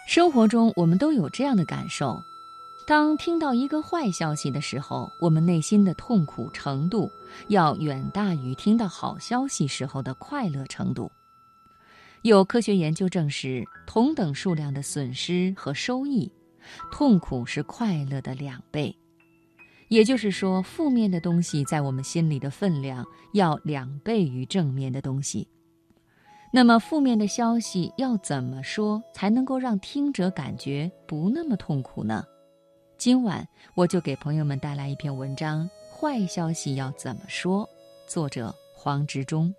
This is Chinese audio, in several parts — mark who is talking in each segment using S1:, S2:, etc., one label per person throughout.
S1: 生活中我们都有这样的感受，当听到一个坏消息的时候，我们内心的痛苦程度要远大于听到好消息时候的快乐程度。有科学研究证实，同等数量的损失和收益，痛苦是快乐的2倍。也就是说，负面的东西在我们心里的分量要2倍于正面的东西。那么负面的消息要怎么说才能够让听者感觉不那么痛苦呢？今晚我就给朋友们带来一篇文章，坏消息要怎么说，作者黄执中。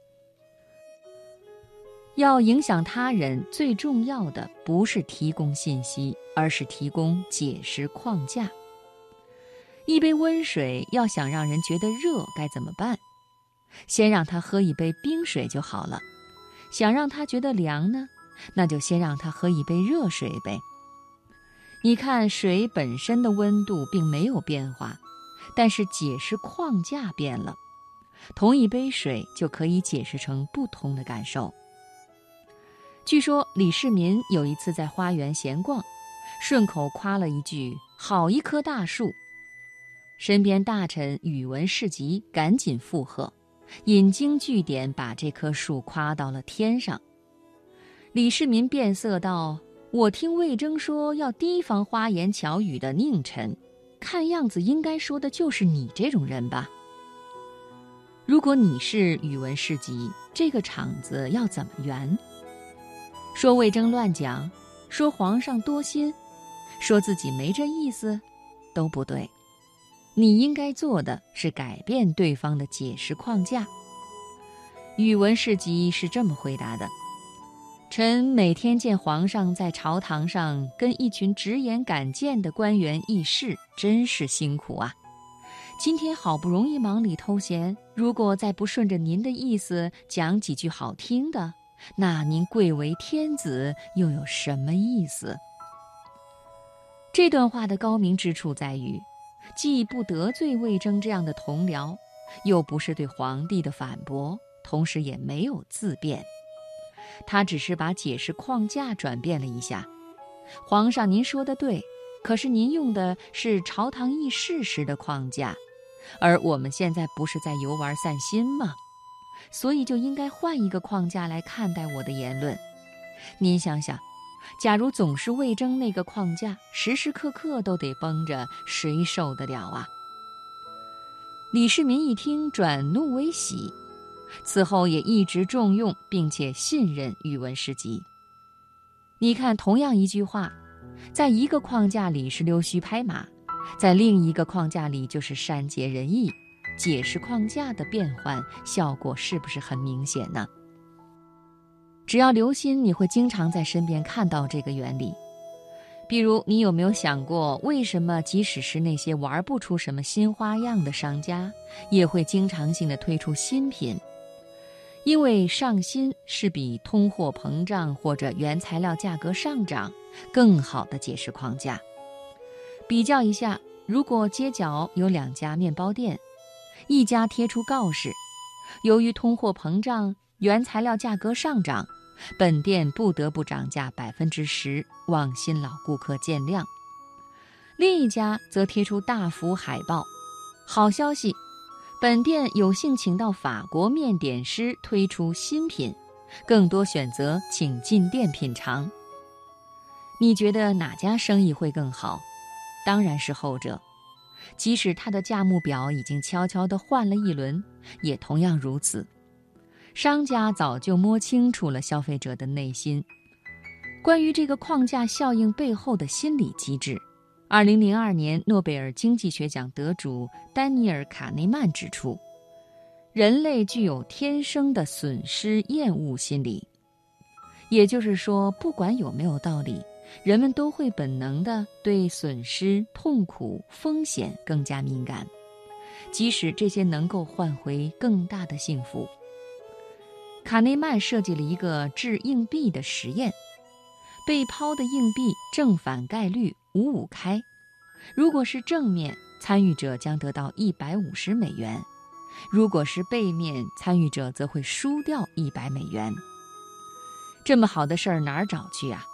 S1: 要影响他人，最重要的不是提供信息，而是提供解释框架。一杯温水要想让人觉得热该怎么办？先让他喝一杯冰水就好了。想让他觉得凉呢，那就先让他喝一杯热水呗。你看，水本身的温度并没有变化，但是解释框架变了，同一杯水就可以解释成不同的感受。据说李世民有一次在花园闲逛，顺口夸了一句“好一棵大树”，身边大臣宇文士及赶紧附和，引经据典把这棵树夸到了天上。李世民变色道：“我听魏征说要提防花言巧语的佞臣，看样子应该说的就是你这种人吧？如果你是宇文士及，这个场子要怎么圆？说魏征乱讲，说皇上多心，说自己没这意思，都不对。你应该做的是改变对方的解释框架。”宇文士及是这么回答的：“臣每天见皇上在朝堂上跟一群直言敢谏的官员议事，真是辛苦啊。今天好不容易忙里偷闲，如果再不顺着您的意思讲几句好听的，那您贵为天子又有什么意思？”这段话的高明之处在于，既不得罪魏征这样的同僚，又不是对皇帝的反驳，同时也没有自辩。他只是把解释框架转变了一下。皇上您说的对，可是您用的是朝堂议事时的框架，而我们现在不是在游玩散心吗？所以就应该换一个框架来看待我的言论。您想想，假如总是魏征那个框架，时时刻刻都得绷着，谁受得了啊？李世民一听，转怒为喜，此后也一直重用并且信任宇文士及。你看，同样一句话，在一个框架里是溜须拍马，在另一个框架里就是善解人意，解释框架的变换效果是不是很明显呢？只要留心，你会经常在身边看到这个原理。比如，你有没有想过，为什么即使是那些玩不出什么新花样的商家，也会经常性的推出新品？因为上新是比通货膨胀或者原材料价格上涨更好的解释框架。比较一下，如果街角有2家面包店，一家贴出告示，由于通货膨胀、原材料价格上涨，本店不得不涨价10%，望新老顾客见谅。另一家则贴出大幅海报，好消息，本店有幸请到法国面点师推出新品，更多选择请进店品尝。你觉得哪家生意会更好？当然是后者。即使他的价目表已经悄悄地换了一轮，也同样如此。商家早就摸清楚了消费者的内心。关于这个框架效应背后的心理机制，2002年诺贝尔经济学奖得主丹尼尔·卡内曼指出，人类具有天生的损失厌恶心理。也就是说，不管有没有道理，人们都会本能地对损失、痛苦、风险更加敏感，即使这些能够换回更大的幸福。卡内曼设计了一个掷硬币的实验，被抛的硬币正反概率5-5开，如果是正面，参与者将得到$150，如果是背面，参与者则会输掉$100。这么好的事儿哪儿找去啊？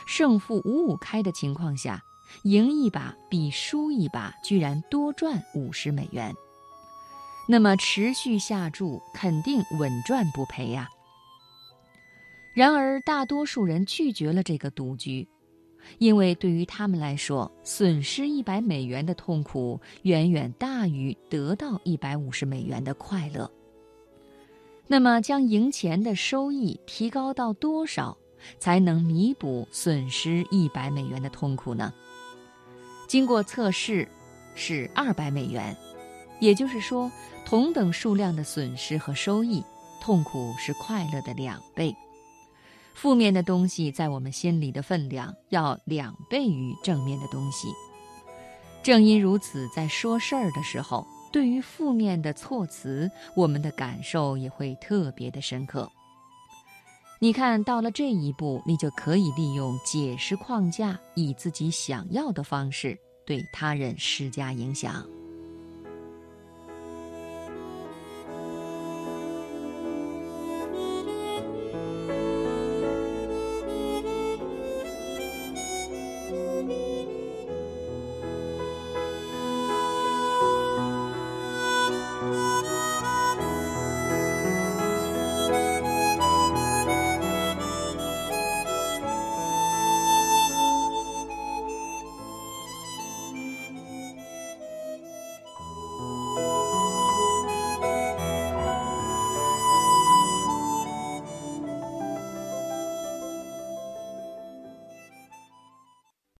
S1: 胜负5-5开的情况下，赢一把比输一把居然多赚50美元。那么持续下注肯定稳赚不赔呀。然而大多数人拒绝了这个赌局，因为对于他们来说，损失100美元的痛苦远远大于得到150美元的快乐。那么将赢钱的收益提高到多少，才能弥补损失100美元的痛苦呢？经过测试是200美元，也就是说，同等数量的损失和收益，痛苦是快乐的2倍。负面的东西在我们心里的分量要2倍于正面的东西。正因如此，在说事儿的时候，对于负面的措辞，我们的感受也会特别的深刻。你看到了这一步，你就可以利用解释框架，以自己想要的方式对他人施加影响。